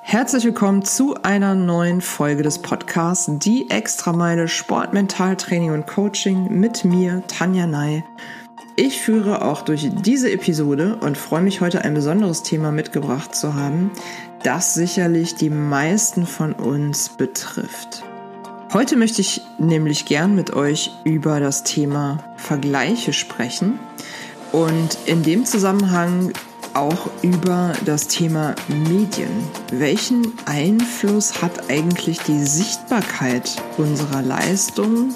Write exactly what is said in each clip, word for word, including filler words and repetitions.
Herzlich willkommen zu einer neuen Folge des Podcasts Die Extrameile Sport, Mentaltraining und Coaching mit mir, Tanja Ney. Ich führe auch durch diese Episode und freue mich, heute ein besonderes Thema mitgebracht zu haben, das sicherlich die meisten von uns betrifft. Heute möchte ich nämlich gern mit euch über das Thema Vergleiche sprechen und in dem Zusammenhang auch über das Thema Medien. Welchen Einfluss hat eigentlich die Sichtbarkeit unserer Leistung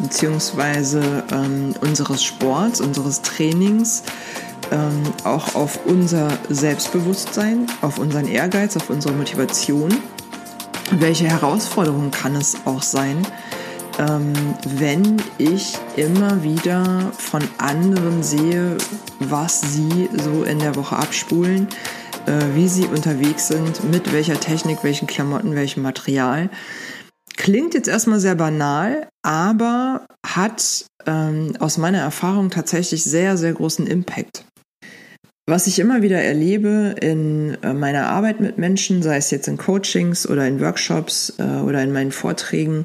bzw. ähm, unseres Sports, unseres Trainings ähm, auch auf unser Selbstbewusstsein, auf unseren Ehrgeiz, auf unsere Motivation? Welche Herausforderung kann es auch sein, ähm, wenn ich immer wieder von anderen sehe, was sie so in der Woche abspulen, äh, wie sie unterwegs sind, mit welcher Technik, welchen Klamotten, welchem Material. Klingt jetzt erstmal sehr banal, aber hat ähm, aus meiner Erfahrung tatsächlich sehr, sehr großen Impact. Was ich immer wieder erlebe in äh, meiner Arbeit mit Menschen, sei es jetzt in Coachings oder in Workshops äh, oder in meinen Vorträgen,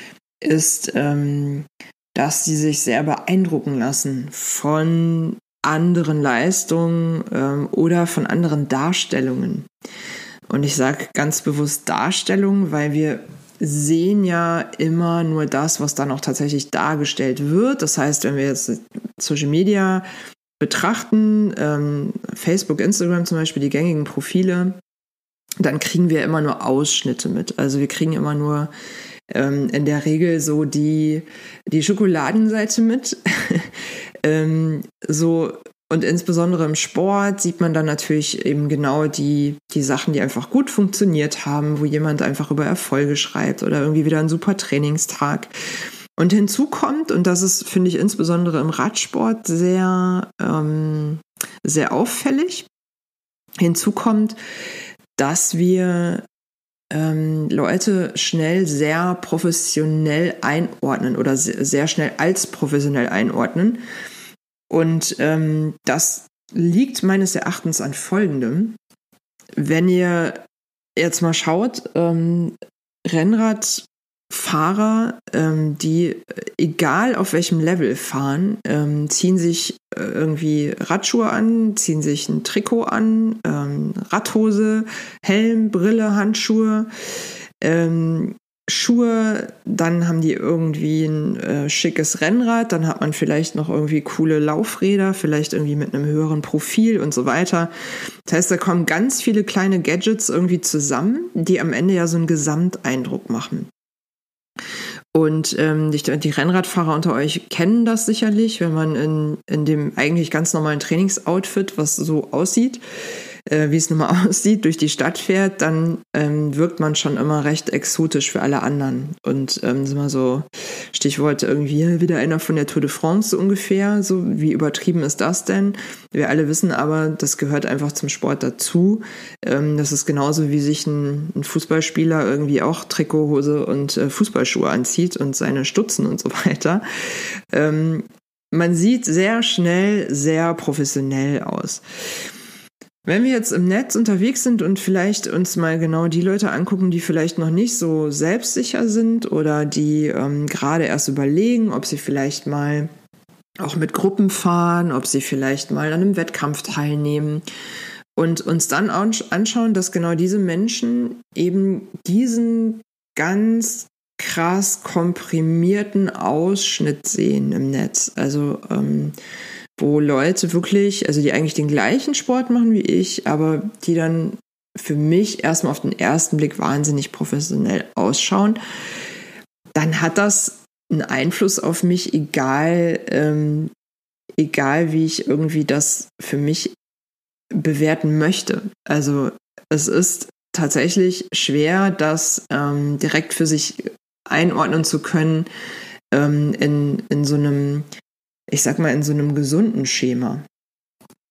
ist, ähm, dass sie sich sehr beeindrucken lassen von anderen Leistungen ähm, oder von anderen Darstellungen. Und ich sage ganz bewusst Darstellungen, weil wir sehen ja immer nur das, was dann auch tatsächlich dargestellt wird. Das heißt, wenn wir jetzt Social Media betrachten, ähm, Facebook, Instagram zum Beispiel, die gängigen Profile, dann kriegen wir immer nur Ausschnitte mit. Also wir kriegen immer nur ähm, in der Regel so die, die Schokoladenseite mit. ähm, so, und insbesondere im Sport sieht man dann natürlich eben genau die, die Sachen, die einfach gut funktioniert haben, wo jemand einfach über Erfolge schreibt oder irgendwie wieder ein super Trainingstag. Und hinzu kommt, und das ist, finde ich, insbesondere im Radsport sehr, ähm, sehr auffällig, hinzu kommt, dass wir ähm, Leute schnell sehr professionell einordnen oder sehr schnell als professionell einordnen. Und ähm, das liegt meines Erachtens an Folgendem. Wenn ihr jetzt mal schaut, ähm, Rennrad Fahrer, ähm, die egal auf welchem Level fahren, ähm, ziehen sich äh, irgendwie Radschuhe an, ziehen sich ein Trikot an, ähm, Radhose, Helm, Brille, Handschuhe, ähm, Schuhe, dann haben die irgendwie ein äh, schickes Rennrad, dann hat man vielleicht noch irgendwie coole Laufräder, vielleicht irgendwie mit einem höheren Profil und so weiter. Das heißt, da kommen ganz viele kleine Gadgets irgendwie zusammen, die am Ende ja so einen Gesamteindruck machen. Und ähm, die, die Rennradfahrer unter euch kennen das sicherlich, wenn man in, in dem eigentlich ganz normalen Trainingsoutfit, was so aussieht, äh, wie es nun mal aussieht, durch die Stadt fährt, dann ähm, wirkt man schon immer recht exotisch für alle anderen. Und ähm, ist immer so, Stichwort irgendwie wieder einer von der Tour de France so ungefähr, so wie übertrieben ist das denn? Wir alle wissen aber, das gehört einfach zum Sport dazu. Ähm, das ist genauso, wie sich ein, ein Fußballspieler irgendwie auch Trikothose und äh, Fußballschuhe anzieht und seine Stutzen und so weiter. Ähm, man sieht sehr schnell sehr professionell aus. Wenn wir jetzt im Netz unterwegs sind und vielleicht uns mal genau die Leute angucken, die vielleicht noch nicht so selbstsicher sind oder die ähm, gerade erst überlegen, ob sie vielleicht mal auch mit Gruppen fahren, ob sie vielleicht mal an einem Wettkampf teilnehmen und uns dann anschauen, dass genau diese Menschen eben diesen ganz krass komprimierten Ausschnitt sehen im Netz. Also ähm, wo Leute wirklich, also die eigentlich den gleichen Sport machen wie ich, aber die dann für mich erstmal auf den ersten Blick wahnsinnig professionell ausschauen, dann hat das einen Einfluss auf mich, egal, ähm, egal wie ich irgendwie das für mich bewerten möchte. Also es ist tatsächlich schwer, das ähm, direkt für sich einordnen zu können ähm, in, in so einem, ich sag mal, in so einem gesunden Schema.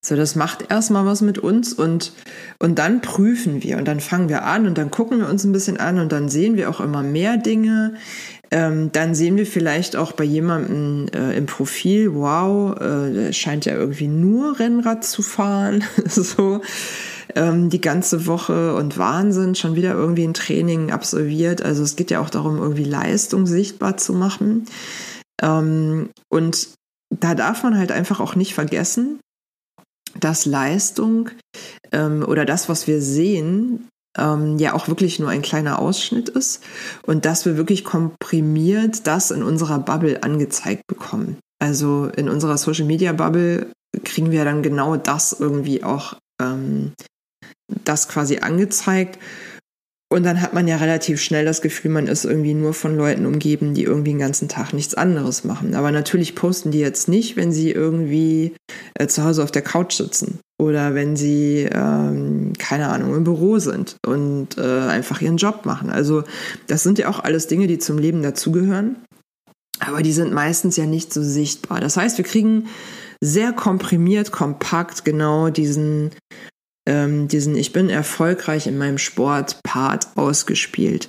So, das macht erstmal was mit uns und, und dann prüfen wir und dann fangen wir an und dann gucken wir uns ein bisschen an und dann sehen wir auch immer mehr Dinge. Ähm, dann sehen wir vielleicht auch bei jemandem äh, im Profil, wow, äh, der scheint ja irgendwie nur Rennrad zu fahren, so ähm, die ganze Woche und Wahnsinn, schon wieder irgendwie ein Training absolviert. Also es geht ja auch darum, irgendwie Leistung sichtbar zu machen. Ähm, und da darf man halt einfach auch nicht vergessen, dass Leistung ähm, oder das, was wir sehen, ähm, ja auch wirklich nur ein kleiner Ausschnitt ist und dass wir wirklich komprimiert das in unserer Bubble angezeigt bekommen. Also in unserer Social-Media-Bubble kriegen wir dann genau das irgendwie auch, ähm, das quasi angezeigt. Und dann hat man ja relativ schnell das Gefühl, man ist irgendwie nur von Leuten umgeben, die irgendwie den ganzen Tag nichts anderes machen. Aber natürlich posten die jetzt nicht, wenn sie irgendwie äh, zu Hause auf der Couch sitzen oder wenn sie, ähm, keine Ahnung, im Büro sind und äh, einfach ihren Job machen. Also das sind ja auch alles Dinge, die zum Leben dazugehören. Aber die sind meistens ja nicht so sichtbar. Das heißt, wir kriegen sehr komprimiert, kompakt genau diesen ähm, diesen Ich bin erfolgreich in meinem Sport-Part ausgespielt.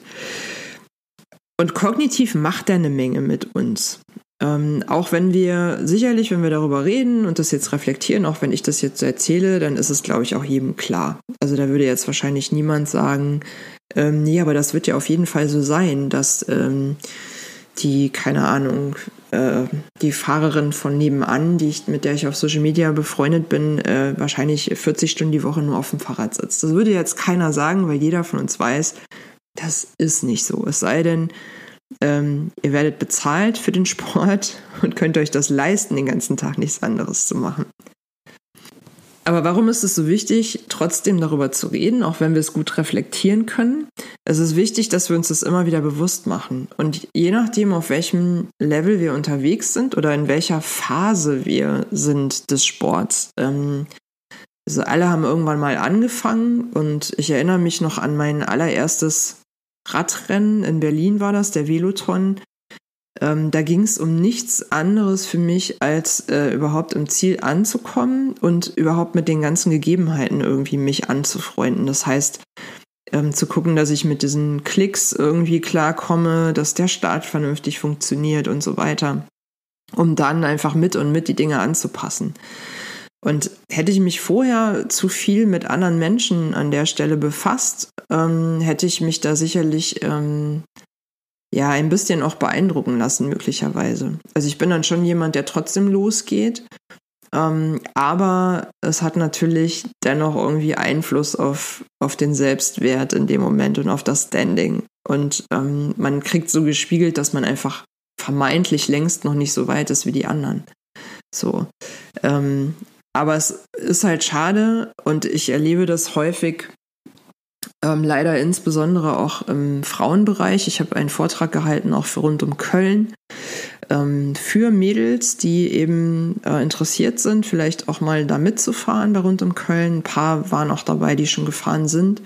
Und kognitiv macht er eine Menge mit uns. Ähm, auch wenn wir, sicherlich, wenn wir darüber reden und das jetzt reflektieren, auch wenn ich das jetzt so erzähle, dann ist es, glaube ich, auch jedem klar. Also da würde jetzt wahrscheinlich niemand sagen, ähm, nee, aber das wird ja auf jeden Fall so sein, dass ähm, die, keine Ahnung, äh, die Fahrerin von nebenan, die ich, mit der ich auf Social Media befreundet bin, äh, wahrscheinlich vierzig Stunden die Woche nur auf dem Fahrrad sitzt. Das würde jetzt keiner sagen, weil jeder von uns weiß, das ist nicht so. Es sei denn, ähm, ihr werdet bezahlt für den Sport und könnt euch das leisten, den ganzen Tag nichts anderes zu machen. Aber warum ist es so wichtig, trotzdem darüber zu reden, auch wenn wir es gut reflektieren können? Es ist wichtig, dass wir uns das immer wieder bewusst machen. Und je nachdem, auf welchem Level wir unterwegs sind oder in welcher Phase wir sind des Sports. Ähm, also alle haben irgendwann mal angefangen und ich erinnere mich noch an mein allererstes Radrennen in Berlin war das, der Veloton. Ähm, da ging es um nichts anderes für mich, als äh, überhaupt im Ziel anzukommen und überhaupt mit den ganzen Gegebenheiten irgendwie mich anzufreunden. Das heißt, ähm, zu gucken, dass ich mit diesen Klicks irgendwie klarkomme, dass der Start vernünftig funktioniert und so weiter, um dann einfach mit und mit die Dinge anzupassen. Und hätte ich mich vorher zu viel mit anderen Menschen an der Stelle befasst, ähm, hätte ich mich da sicherlich ähm, ja ein bisschen auch beeindrucken lassen, möglicherweise. Also ich bin dann schon jemand, der trotzdem losgeht, ähm, aber es hat natürlich dennoch irgendwie Einfluss auf, auf den Selbstwert in dem Moment und auf das Standing. Und ähm, man kriegt so gespiegelt, dass man einfach vermeintlich längst noch nicht so weit ist wie die anderen. So, ähm, aber es ist halt schade und ich erlebe das häufig, ähm, leider insbesondere auch im Frauenbereich. Ich habe einen Vortrag gehalten, auch für rund um Köln, ähm, für Mädels, die eben äh, interessiert sind, vielleicht auch mal da mitzufahren bei rund um Köln. Ein paar waren auch dabei, die schon gefahren sind.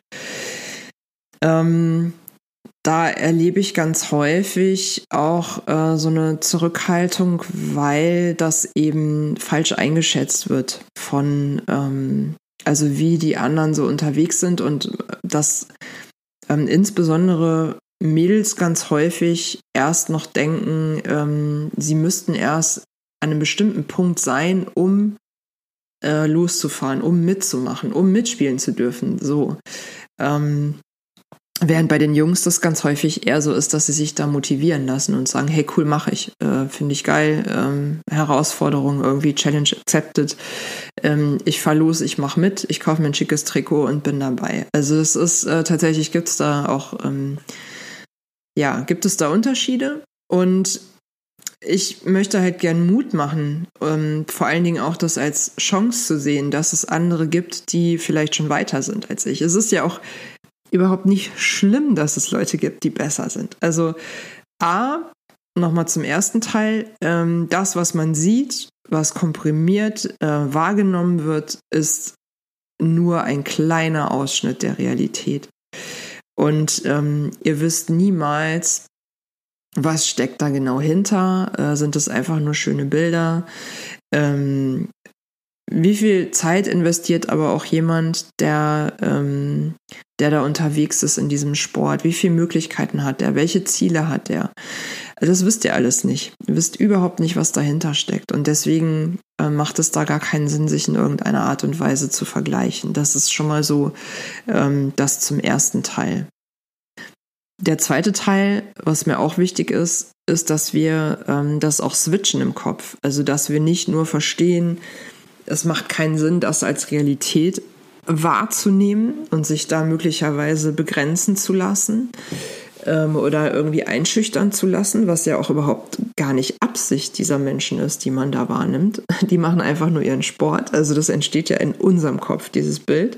Ähm, Da erlebe ich ganz häufig auch äh, so eine Zurückhaltung, weil das eben falsch eingeschätzt wird von, ähm, also wie die anderen so unterwegs sind und dass ähm, insbesondere Mädels ganz häufig erst noch denken, ähm, sie müssten erst an einem bestimmten Punkt sein, um äh, loszufahren, um mitzumachen, um mitspielen zu dürfen. So. Ähm, Während bei den Jungs das ganz häufig eher so ist, dass sie sich da motivieren lassen und sagen, hey, cool, mache ich, äh, finde ich geil, ähm, Herausforderung, irgendwie Challenge accepted, ähm, ich fahr los, ich mache mit, ich kaufe mir ein schickes Trikot und bin dabei. Also es ist äh, tatsächlich, gibt es da auch, ähm, ja, gibt es da Unterschiede und ich möchte halt gern Mut machen, ähm, vor allen Dingen auch das als Chance zu sehen, dass es andere gibt, die vielleicht schon weiter sind als ich. Es ist ja auch überhaupt nicht schlimm, dass es Leute gibt, die besser sind. Also A, nochmal zum ersten Teil, ähm, das, was man sieht, was komprimiert äh, wahrgenommen wird, ist nur ein kleiner Ausschnitt der Realität. Und ähm, ihr wisst niemals, was steckt da genau hinter. Äh, sind es einfach nur schöne Bilder? Ähm, wie viel Zeit investiert aber auch jemand, der, ähm, der da unterwegs ist in diesem Sport? Wie viele Möglichkeiten hat er? Welche Ziele hat er? Also das wisst ihr alles nicht. Ihr wisst überhaupt nicht, was dahinter steckt. Und deswegen äh, macht es da gar keinen Sinn, sich in irgendeiner Art und Weise zu vergleichen. Das ist schon mal so ähm, das zum ersten Teil. Der zweite Teil, was mir auch wichtig ist, ist, dass wir ähm, das auch switchen im Kopf. Also dass wir nicht nur verstehen, es macht keinen Sinn, das als Realität wahrzunehmen und sich da möglicherweise begrenzen zu lassen ähm, oder irgendwie einschüchtern zu lassen, was ja auch überhaupt gar nicht Absicht dieser Menschen ist, die man da wahrnimmt. Die machen einfach nur ihren Sport. Also das entsteht ja in unserem Kopf, dieses Bild.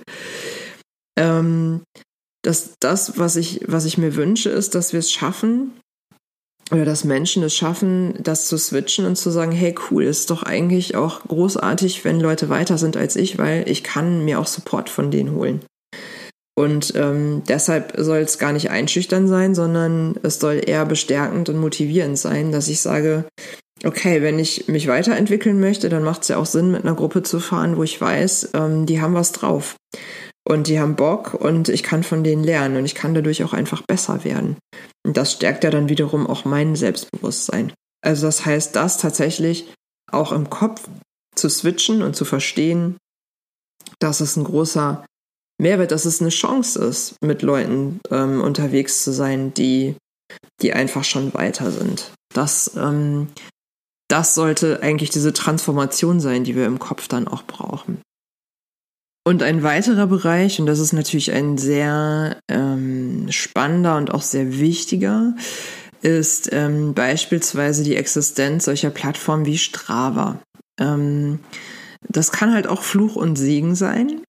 Ähm, dass das, was ich, was ich mir wünsche, ist, dass wir es schaffen, oder dass Menschen es schaffen, das zu switchen und zu sagen, hey cool, ist doch eigentlich auch großartig, wenn Leute weiter sind als ich, weil ich kann mir auch Support von denen holen. Und ähm, deshalb soll es gar nicht einschüchtern sein, sondern es soll eher bestärkend und motivierend sein, dass ich sage, okay, wenn ich mich weiterentwickeln möchte, dann macht es ja auch Sinn, mit einer Gruppe zu fahren, wo ich weiß, ähm, die haben was drauf. Und die haben Bock und ich kann von denen lernen und ich kann dadurch auch einfach besser werden. Und das stärkt ja dann wiederum auch mein Selbstbewusstsein. Also das heißt, das tatsächlich auch im Kopf zu switchen und zu verstehen, dass es ein großer Mehrwert, dass es eine Chance ist, mit Leuten ähm, unterwegs zu sein, die, die einfach schon weiter sind. Das, ähm, das sollte eigentlich diese Transformation sein, die wir im Kopf dann auch brauchen. Und ein weiterer Bereich, und das ist natürlich ein sehr ähm, spannender und auch sehr wichtiger, ist ähm, beispielsweise die Existenz solcher Plattformen wie Strava. Ähm, das kann halt auch Fluch und Segen sein.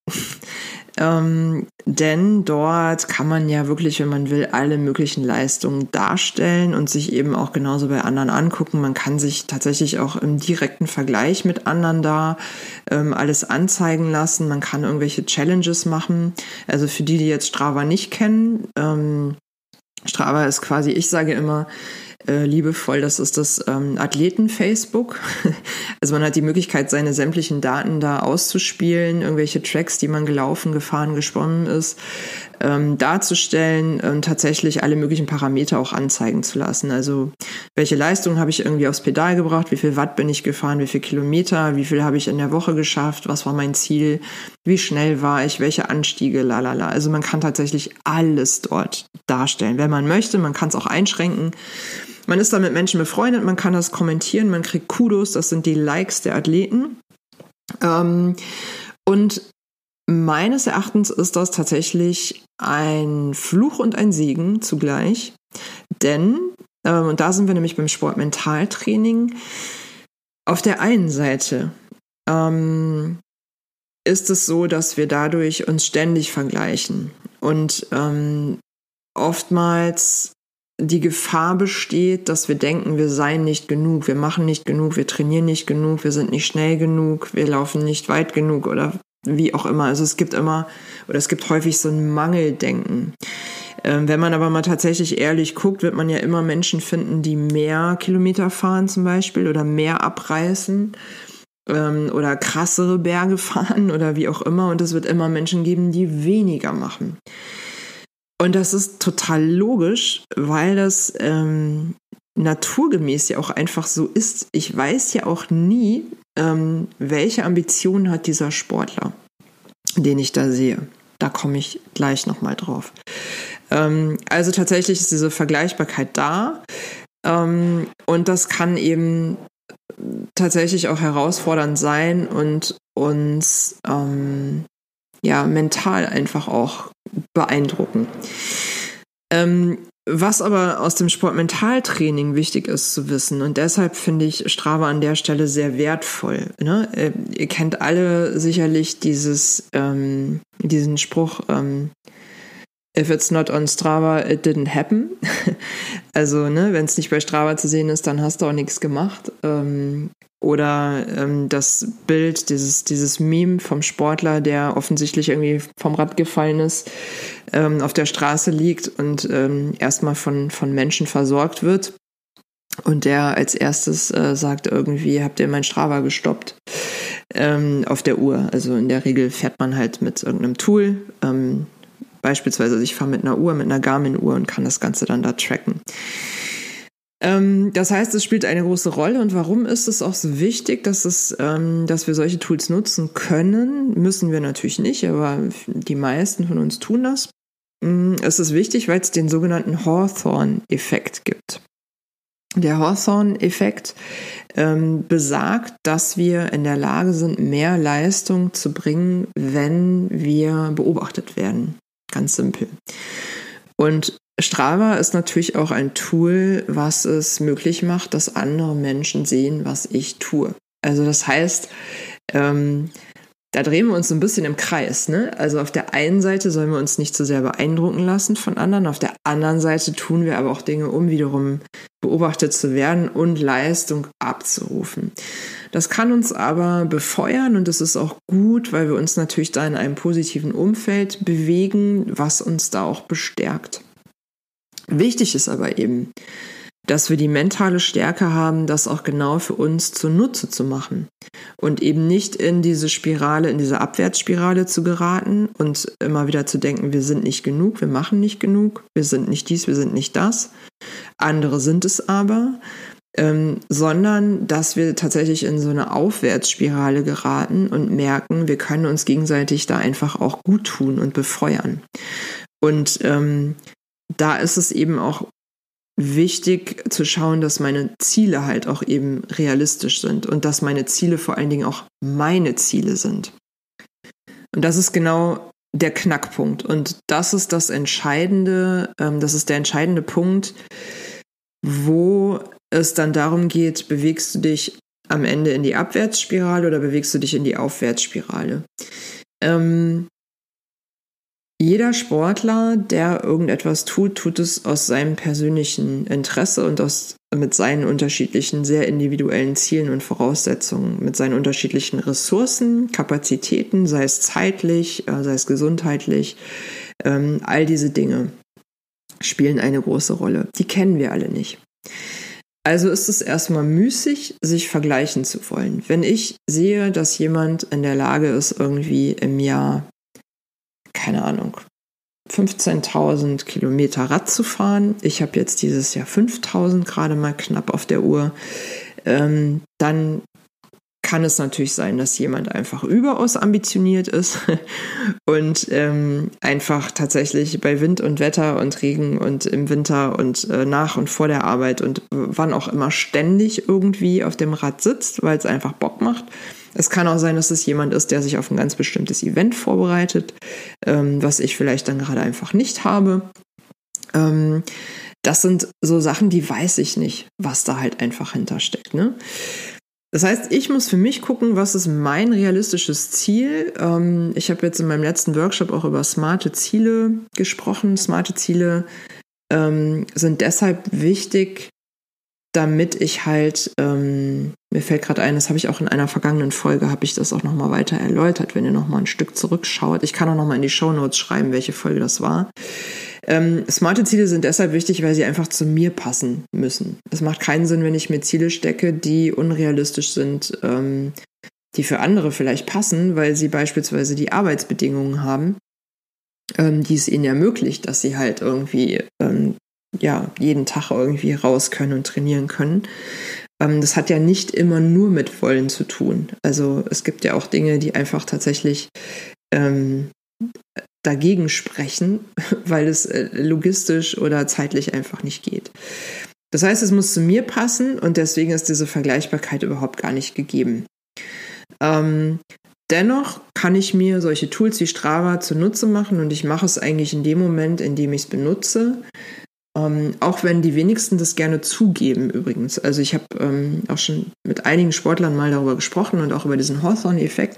Ähm, denn dort kann man ja wirklich, wenn man will, alle möglichen Leistungen darstellen und sich eben auch genauso bei anderen angucken. Man kann sich tatsächlich auch im direkten Vergleich mit anderen da ähm, alles anzeigen lassen. Man kann irgendwelche Challenges machen. Also für die, die jetzt Strava nicht kennen, ähm, Strava ist quasi, ich sage immer, äh, liebevoll, das ist das ähm, Athleten-Facebook. Also man hat die Möglichkeit, seine sämtlichen Daten da auszuspielen, irgendwelche Tracks, die man gelaufen, gefahren, geschwommen ist, ähm, darzustellen und tatsächlich alle möglichen Parameter auch anzeigen zu lassen. Also welche Leistung habe ich irgendwie aufs Pedal gebracht, wie viel Watt bin ich gefahren, wie viel Kilometer, wie viel habe ich in der Woche geschafft, was war mein Ziel, wie schnell war ich, welche Anstiege, lalala. Also man kann tatsächlich alles dort darstellen, wenn man möchte. Man kann es auch einschränken. Man ist da mit Menschen befreundet, man kann das kommentieren, man kriegt Kudos, das sind die Likes der Athleten. Ähm, und meines Erachtens ist das tatsächlich ein Fluch und ein Segen zugleich, denn, ähm, und da sind wir nämlich beim Sportmentaltraining, auf der einen Seite ähm, ist es so, dass wir dadurch uns ständig vergleichen und ähm, oftmals die Gefahr besteht, dass wir denken, wir seien nicht genug, wir machen nicht genug, wir trainieren nicht genug, wir sind nicht schnell genug, wir laufen nicht weit genug oder wie auch immer. Also es gibt immer, oder es gibt häufig so ein Mangeldenken. Ähm, wenn man aber mal tatsächlich ehrlich guckt, wird man ja immer Menschen finden, die mehr Kilometer fahren zum Beispiel oder mehr abreißen ähm, oder krassere Berge fahren oder wie auch immer. Und es wird immer Menschen geben, die weniger machen. Und das ist total logisch, weil das ähm, naturgemäß ja auch einfach so ist. Ich weiß ja auch nie, ähm, welche Ambitionen hat dieser Sportler, den ich da sehe. Da komme ich gleich nochmal drauf. Ähm, also tatsächlich ist diese Vergleichbarkeit da. Ähm, und das kann eben tatsächlich auch herausfordernd sein und uns ähm, ja mental einfach auch beeindrucken. Ähm, was aber aus dem Sportmentaltraining wichtig ist zu wissen, und deshalb finde ich Strava an der Stelle sehr wertvoll. Ne? Äh, ihr kennt alle sicherlich dieses, ähm, diesen Spruch, ähm, if it's not on Strava, it didn't happen. Also, ne, wenn es nicht bei Strava zu sehen ist, dann hast du auch nichts gemacht. Ähm, oder ähm, das Bild, dieses, dieses Meme vom Sportler, der offensichtlich irgendwie vom Rad gefallen ist, ähm, auf der Straße liegt und ähm, erstmal von, von Menschen versorgt wird. Und der als erstes äh, sagt irgendwie, habt ihr mein Strava gestoppt? ähm, auf der Uhr. Also in der Regel fährt man halt mit irgendeinem Tool. Ähm, beispielsweise, ich fahre mit einer Uhr, mit einer Garmin-Uhr und kann das Ganze dann da tracken. Ähm, das heißt, es spielt eine große Rolle. Und warum ist es auch so wichtig, dass, es, ähm, dass wir solche Tools nutzen können? Müssen wir natürlich nicht, aber die meisten von uns tun das. Es ist wichtig, weil es den sogenannten Hawthorne-Effekt gibt. Der Hawthorne-Effekt ähm, besagt, dass wir in der Lage sind, mehr Leistung zu bringen, wenn wir beobachtet werden. Ganz simpel. Und Strava ist natürlich auch ein Tool, was es möglich macht, dass andere Menschen sehen, was ich tue. Also das heißt, ähm, da drehen wir uns so ein bisschen im Kreis, ne? Also auf der einen Seite sollen wir uns nicht zu sehr beeindrucken lassen von anderen, auf der anderen Seite tun wir aber auch Dinge, um wiederum beobachtet zu werden und Leistung abzurufen. Das kann uns aber befeuern und es ist auch gut, weil wir uns natürlich da in einem positiven Umfeld bewegen, was uns da auch bestärkt. Wichtig ist aber eben, dass wir die mentale Stärke haben, das auch genau für uns zunutze zu machen und eben nicht in diese Spirale, in diese Abwärtsspirale zu geraten und immer wieder zu denken, wir sind nicht genug, wir machen nicht genug, wir sind nicht dies, wir sind nicht das, andere sind es aber, ähm, sondern dass wir tatsächlich in so eine Aufwärtsspirale geraten und merken, wir können uns gegenseitig da einfach auch gut tun und befeuern. Und ähm, da ist es eben auch wichtig zu schauen, dass meine Ziele halt auch eben realistisch sind und dass meine Ziele vor allen Dingen auch meine Ziele sind. Und das ist genau der Knackpunkt. Und das ist das Entscheidende, ähm, das ist der entscheidende Punkt, wo es dann darum geht, bewegst du dich am Ende in die Abwärtsspirale oder bewegst du dich in die Aufwärtsspirale? Ähm, Jeder Sportler, der irgendetwas tut, tut es aus seinem persönlichen Interesse und aus, mit seinen unterschiedlichen, sehr individuellen Zielen und Voraussetzungen, mit seinen unterschiedlichen Ressourcen, Kapazitäten, sei es zeitlich, sei es gesundheitlich. Ähm, all diese Dinge spielen eine große Rolle. Die kennen wir alle nicht. Also ist es erstmal müßig, sich vergleichen zu wollen. Wenn ich sehe, dass jemand in der Lage ist, irgendwie im Jahr keine Ahnung, fünfzehntausend Kilometer Rad zu fahren. Ich habe jetzt dieses Jahr fünftausend gerade mal knapp auf der Uhr. Ähm, dann kann es natürlich sein, dass jemand einfach überaus ambitioniert ist und ähm, einfach tatsächlich bei Wind und Wetter und Regen und im Winter und äh, nach und vor der Arbeit und wann auch immer ständig irgendwie auf dem Rad sitzt, weil es einfach Bock macht. Es kann auch sein, dass es jemand ist, der sich auf ein ganz bestimmtes Event vorbereitet, ähm, was ich vielleicht dann gerade einfach nicht habe. Ähm, das sind so Sachen, die weiß ich nicht, was da halt einfach hintersteckt, ne? Das heißt, ich muss für mich gucken, was ist mein realistisches Ziel. Ähm, ich habe jetzt in meinem letzten Workshop auch über smarte Ziele gesprochen. Smarte Ziele ähm, sind deshalb wichtig, damit ich halt, ähm, mir fällt gerade ein, das habe ich auch in einer vergangenen Folge, habe ich das auch nochmal weiter erläutert, wenn ihr nochmal ein Stück zurückschaut. Ich kann auch nochmal in die Shownotes schreiben, welche Folge das war. Ähm, smarte Ziele sind deshalb wichtig, weil sie einfach zu mir passen müssen. Es macht keinen Sinn, wenn ich mir Ziele stecke, die unrealistisch sind, ähm, die für andere vielleicht passen, weil sie beispielsweise die Arbeitsbedingungen haben, ähm, die es ihnen ermöglicht, dass sie halt irgendwie ähm, ja jeden Tag irgendwie raus können und trainieren können. Ähm, das hat ja nicht immer nur mit Wollen zu tun. Also es gibt ja auch Dinge, die einfach tatsächlich ähm, dagegen sprechen, weil es logistisch oder zeitlich einfach nicht geht. Das heißt, es muss zu mir passen und deswegen ist diese Vergleichbarkeit überhaupt gar nicht gegeben. Ähm, dennoch kann ich mir solche Tools wie Strava zunutze machen und ich mache es eigentlich in dem Moment, in dem ich es benutze, ähm, auch wenn die wenigsten das gerne zugeben übrigens. Also ich habe ähm, auch schon mit einigen Sportlern mal darüber gesprochen und auch über diesen Hawthorne-Effekt.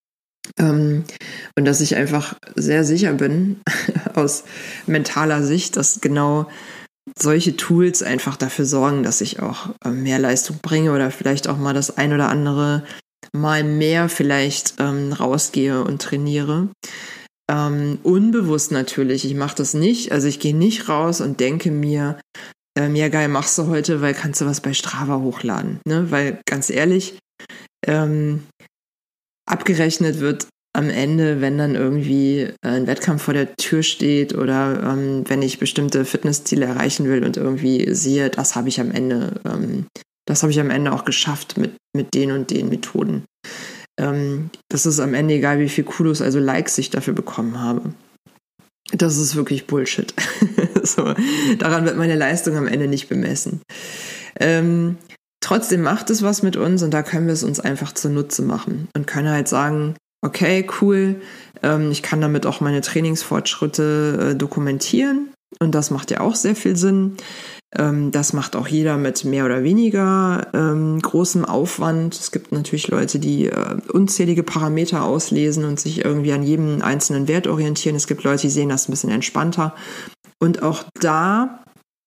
Ähm, und dass ich einfach sehr sicher bin, aus mentaler Sicht, dass genau solche Tools einfach dafür sorgen, dass ich auch äh, mehr Leistung bringe oder vielleicht auch mal das ein oder andere Mal mehr vielleicht ähm, rausgehe und trainiere. Ähm, unbewusst natürlich, ich mache das nicht, also ich gehe nicht raus und denke mir, ähm, ja geil, machst du heute, weil kannst du was bei Strava hochladen, ne? Weil ganz ehrlich, ähm, abgerechnet wird am Ende, wenn dann irgendwie ein Wettkampf vor der Tür steht oder ähm, wenn ich bestimmte Fitnessziele erreichen will und irgendwie sehe, das habe ich am Ende, ähm, das habe ich am Ende auch geschafft mit, mit den und den Methoden. Ähm, das ist am Ende egal, wie viel Kudos, also Likes ich dafür bekommen habe. Das ist wirklich Bullshit. So, daran wird meine Leistung am Ende nicht bemessen. Ähm, trotzdem macht es was mit uns und da können wir es uns einfach zunutze machen und können halt sagen, okay, cool, ähm, ich kann damit auch meine Trainingsfortschritte äh, dokumentieren und das macht ja auch sehr viel Sinn. Ähm, das macht auch jeder mit mehr oder weniger ähm, großem Aufwand. Es gibt natürlich Leute, die äh, unzählige Parameter auslesen und sich irgendwie an jedem einzelnen Wert orientieren. Es gibt Leute, die sehen das ein bisschen entspannter. Und auch da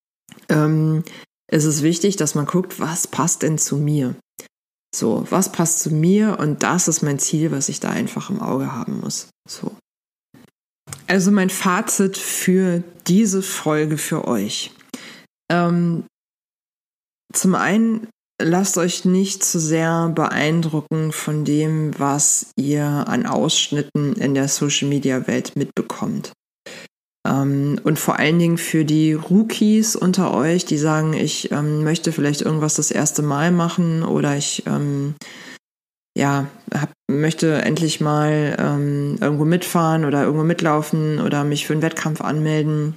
ähm, ist es wichtig, dass man guckt, was passt denn zu mir? So, was passt zu mir? Und das ist mein Ziel, was ich da einfach im Auge haben muss. So. Also mein Fazit für diese Folge für euch. Ähm, zum einen, lasst euch nicht zu sehr beeindrucken von dem, was ihr an Ausschnitten in der Social-Media-Welt mitbekommt. Ähm, und vor allen Dingen für die Rookies unter euch, die sagen, ich ähm, möchte vielleicht irgendwas das erste Mal machen oder ich ähm, ja, hab, möchte endlich mal ähm, irgendwo mitfahren oder irgendwo mitlaufen oder mich für einen Wettkampf anmelden.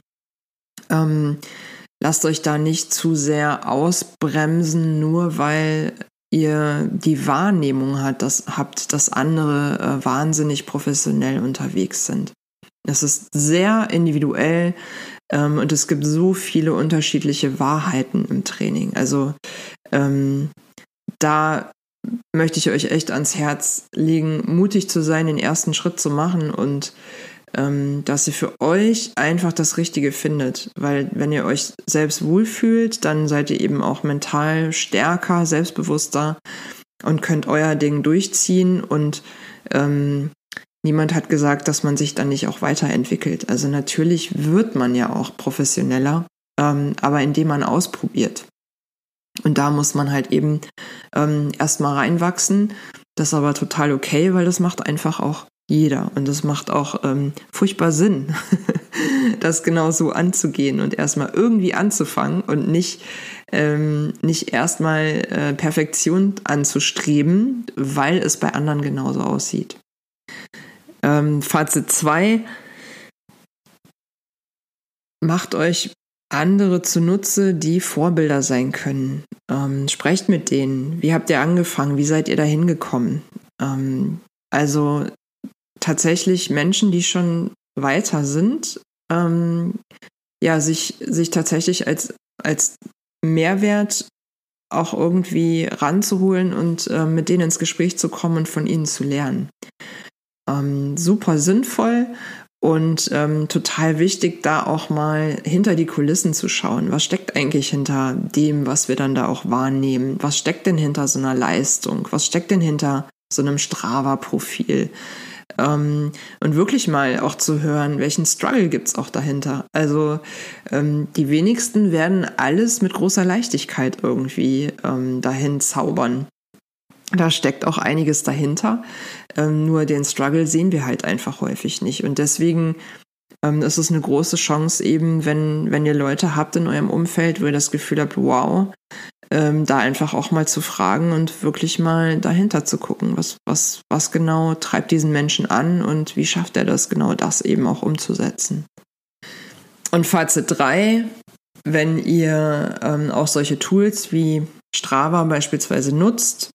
Ähm, lasst euch da nicht zu sehr ausbremsen, nur weil ihr die Wahrnehmung hat, dass, habt, dass andere äh, wahnsinnig professionell unterwegs sind. Es ist sehr individuell ähm, und es gibt so viele unterschiedliche Wahrheiten im Training. Also ähm, da möchte ich euch echt ans Herz legen, mutig zu sein, den ersten Schritt zu machen und ähm, dass ihr für euch einfach das Richtige findet. Weil wenn ihr euch selbst wohlfühlt, dann seid ihr eben auch mental stärker, selbstbewusster und könnt euer Ding durchziehen und ähm, niemand hat gesagt, dass man sich dann nicht auch weiterentwickelt. Also natürlich wird man ja auch professioneller, ähm, aber indem man ausprobiert. Und da muss man halt eben ähm, erstmal reinwachsen. Das ist aber total okay, weil das macht einfach auch jeder. Und das macht auch ähm, furchtbar Sinn, das genau so anzugehen und erstmal irgendwie anzufangen und nicht, ähm, nicht erstmal äh, Perfektion anzustreben, weil es bei anderen genauso aussieht. Ähm, Fazit zwei, macht euch andere zunutze, die Vorbilder sein können. Ähm, sprecht mit denen. Wie habt ihr angefangen? Wie seid ihr da hingekommen? Ähm, also tatsächlich Menschen, die schon weiter sind, ähm, ja, sich, sich tatsächlich als, als Mehrwert auch irgendwie ranzuholen und äh, mit denen ins Gespräch zu kommen und von ihnen zu lernen. Ähm, super sinnvoll und ähm, total wichtig, da auch mal hinter die Kulissen zu schauen. Was steckt eigentlich hinter dem, was wir dann da auch wahrnehmen? Was steckt denn hinter so einer Leistung? Was steckt denn hinter so einem Strava-Profil? Ähm, und wirklich mal auch zu hören, welchen Struggle gibt's auch dahinter. Also ähm, die wenigsten werden alles mit großer Leichtigkeit irgendwie ähm, dahin zaubern. Da steckt auch einiges dahinter, ähm, nur den Struggle sehen wir halt einfach häufig nicht. Und deswegen ähm, ist es eine große Chance eben, wenn, wenn ihr Leute habt in eurem Umfeld, wo ihr das Gefühl habt, wow, ähm, da einfach auch mal zu fragen und wirklich mal dahinter zu gucken, was, was, was genau treibt diesen Menschen an und wie schafft er das, genau das eben auch umzusetzen. Und Fazit drei, wenn ihr ähm, auch solche Tools wie Strava beispielsweise nutzt,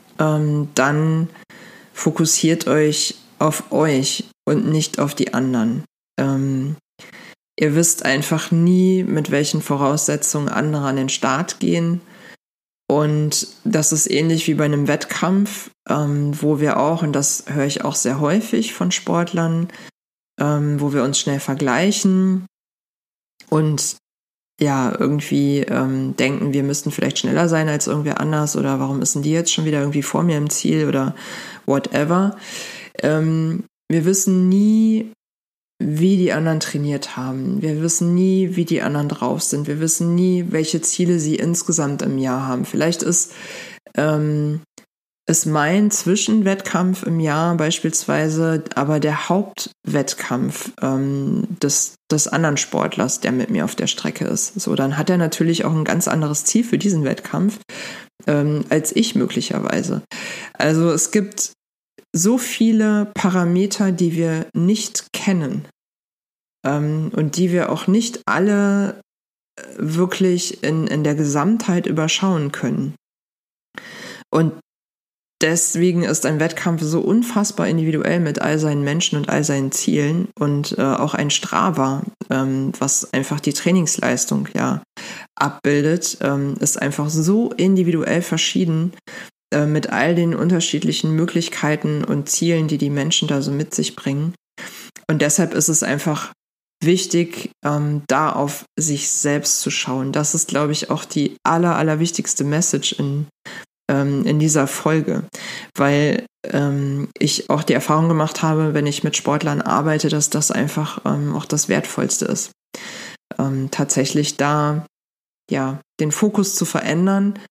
dann fokussiert euch auf euch und nicht auf die anderen. Ähm, ihr wisst einfach nie, mit welchen Voraussetzungen andere an den Start gehen. Und das ist ähnlich wie bei einem Wettkampf, ähm, wo wir auch, und das höre ich auch sehr häufig von Sportlern, ähm, wo wir uns schnell vergleichen und ja, irgendwie ähm, denken, wir müssten vielleicht schneller sein als irgendwer anders oder warum ist denn die jetzt schon wieder irgendwie vor mir im Ziel oder whatever. Ähm, wir wissen nie, wie die anderen trainiert haben. Wir wissen nie, wie die anderen drauf sind. Wir wissen nie, welche Ziele sie insgesamt im Jahr haben. Vielleicht ist ähm, ist mein Zwischenwettkampf im Jahr beispielsweise aber der Hauptwettkampf ähm, des, des anderen Sportlers, der mit mir auf der Strecke ist. So, dann hat er natürlich auch ein ganz anderes Ziel für diesen Wettkampf ähm, als ich möglicherweise. Also es gibt so viele Parameter, die wir nicht kennen ähm, und die wir auch nicht alle wirklich in, in der Gesamtheit überschauen können. Und deswegen ist ein Wettkampf so unfassbar individuell mit all seinen Menschen und all seinen Zielen und äh, auch ein Strava, ähm, was einfach die Trainingsleistung ja abbildet, ähm, ist einfach so individuell verschieden äh, mit all den unterschiedlichen Möglichkeiten und Zielen, die die Menschen da so mit sich bringen. Und deshalb ist es einfach wichtig, ähm, da auf sich selbst zu schauen. Das ist, glaube ich, auch die aller, aller wichtigste Message in in dieser Folge, weil ähm, ich auch die Erfahrung gemacht habe, wenn ich mit Sportlern arbeite, dass das einfach ähm, auch das Wertvollste ist. Ähm, tatsächlich da ja den Fokus zu verändern,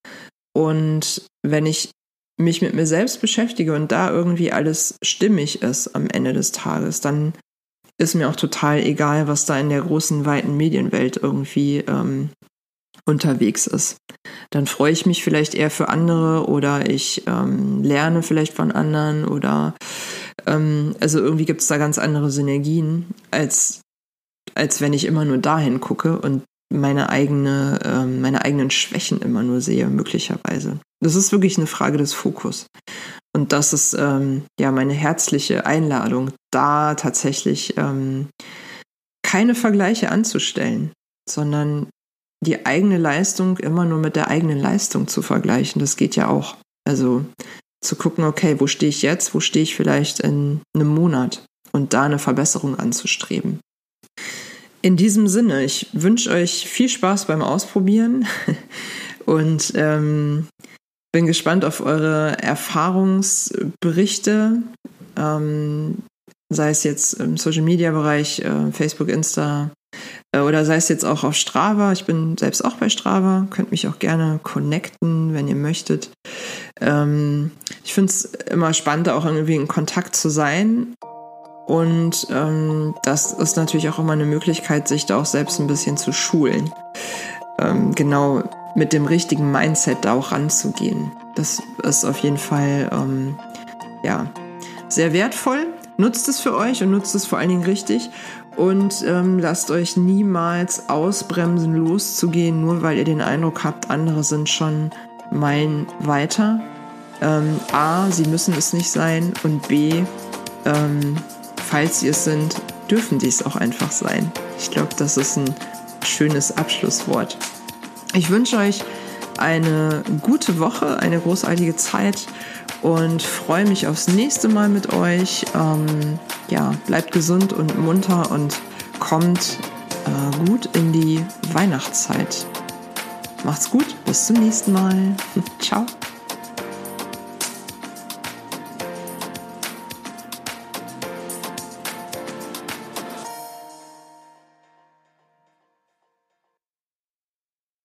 und wenn ich mich mit mir selbst beschäftige und da irgendwie alles stimmig ist am Ende des Tages, dann ist mir auch total egal, was da in der großen, weiten Medienwelt irgendwie ähm, unterwegs ist. Dann freue ich mich vielleicht eher für andere oder ich ähm, lerne vielleicht von anderen oder ähm, also irgendwie gibt es da ganz andere Synergien, als, als wenn ich immer nur dahin gucke und meine eigene, ähm, meine eigenen Schwächen immer nur sehe, möglicherweise. Das ist wirklich eine Frage des Fokus. Und das ist ähm, ja meine herzliche Einladung, da tatsächlich ähm, keine Vergleiche anzustellen, sondern die eigene Leistung immer nur mit der eigenen Leistung zu vergleichen. Das geht ja auch. Also zu gucken, okay, wo stehe ich jetzt, wo stehe ich vielleicht in einem Monat und da eine Verbesserung anzustreben. In diesem Sinne, ich wünsche euch viel Spaß beim Ausprobieren und ähm, bin gespannt auf eure Erfahrungsberichte, ähm, sei es jetzt im Social-Media-Bereich, äh, Facebook, Insta, oder sei es jetzt auch auf Strava. Ich bin selbst auch bei Strava. Könnt mich auch gerne connecten, wenn ihr möchtet. Ähm, ich finde es immer spannend, auch irgendwie in Kontakt zu sein. Und ähm, das ist natürlich auch immer eine Möglichkeit, sich da auch selbst ein bisschen zu schulen. Ähm, genau mit dem richtigen Mindset da auch ranzugehen. Das ist auf jeden Fall ähm, ja, sehr wertvoll. Nutzt es für euch und nutzt es vor allen Dingen richtig. Und ähm, lasst euch niemals ausbremsen, loszugehen, nur weil ihr den Eindruck habt, andere sind schon Meilen weiter. Ähm, A, sie müssen es nicht sein, und B, ähm, falls sie es sind, dürfen die es auch einfach sein. Ich glaube, das ist ein schönes Abschlusswort. Ich wünsche euch eine gute Woche, eine großartige Zeit und freue mich aufs nächste Mal mit euch. Ähm, ja, bleibt gesund und munter und kommt äh, gut in die Weihnachtszeit. Macht's gut, bis zum nächsten Mal. Ciao.